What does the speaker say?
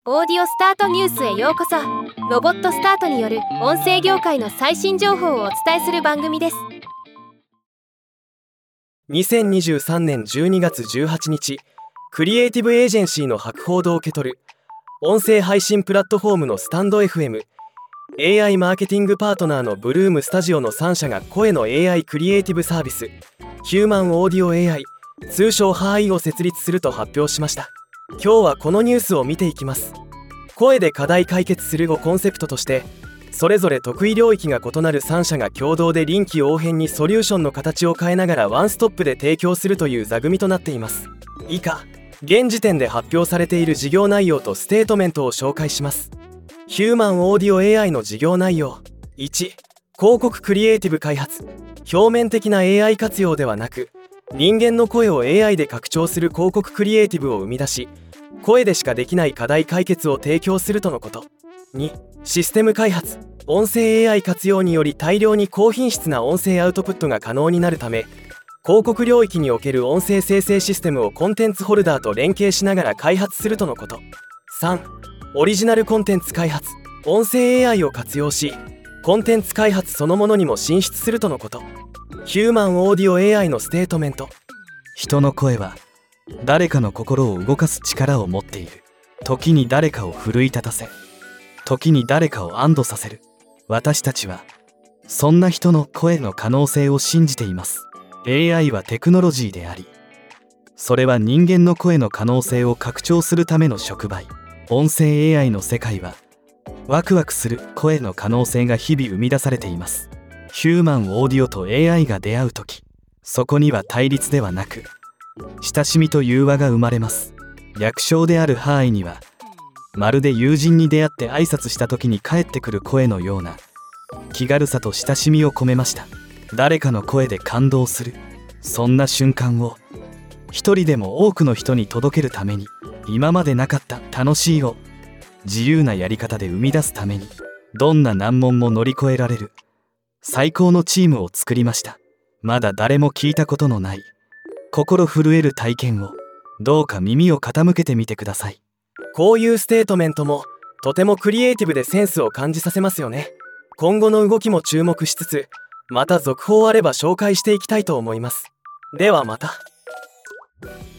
オーディオスタートニュースへようこそ。ロボットスタートによる音声業界の最新情報をお伝えする番組です。 2023年12月18日、クリエイティブエージェンシーの博報堂を受け取る音声配信プラットフォームのスタンド FM、 AI マーケティングパートナーのブルームスタジオの3社が声の AI クリエイティブサービスヒューマンオーディオ AI、 通称ハーイを設立すると発表しました。今日はこのニュースを見ていきます。声で課題解決するをコンセプトとして、それぞれ得意領域が異なる3社が共同で臨機応変にソリューションの形を変えながらワンストップで提供するという座組となっています。以下、現時点で発表されている事業内容とステートメントを紹介します。ヒューマンオーディオ AI の事業内容。1、広告クリエイティブ開発。表面的な AI 活用ではなく、人間の声を AI で拡張する広告クリエイティブを生み出し、声でしかできない課題解決を提供するとのこと。2、システム開発。音声 AI 活用により大量に高品質な音声アウトプットが可能になるため、広告領域における音声生成システムをコンテンツホルダーと連携しながら開発するとのこと。3、オリジナルコンテンツ開発。音声 AI を活用し、コンテンツ開発そのものにも進出するとのこと。ヒューマンオーディオ AI のステートメント。 人の声は誰かの心を動かす力を持っている。時に誰かを奮い立たせ、時に誰かを安堵させる。私たちはそんな人の声の可能性を信じています。 AI はテクノロジーであり、それは人間の声の可能性を拡張するための触媒。音声 AI の世界はワクワクする声の可能性が日々生み出されています。ヒューマンオーディオと AI が出会うとき、そこには対立ではなく親しみと融和が生まれます。略称であるハーイには、まるで友人に出会って挨拶した時に返ってくる声のような気軽さと親しみを込めました。誰かの声で感動する、そんな瞬間を一人でも多くの人に届けるために、今までなかった楽しいを自由なやり方で生み出すために、どんな難問も乗り越えられる最高のチームを作りました。まだ誰も聞いたことのない心震える体験を、どうか耳を傾けてみてください。 こういうステートメントもとてもクリエイティブでセンスを感じさせますよね。今後の動きも注目しつつ、また続報あれば紹介していきたいと思います。ではまた。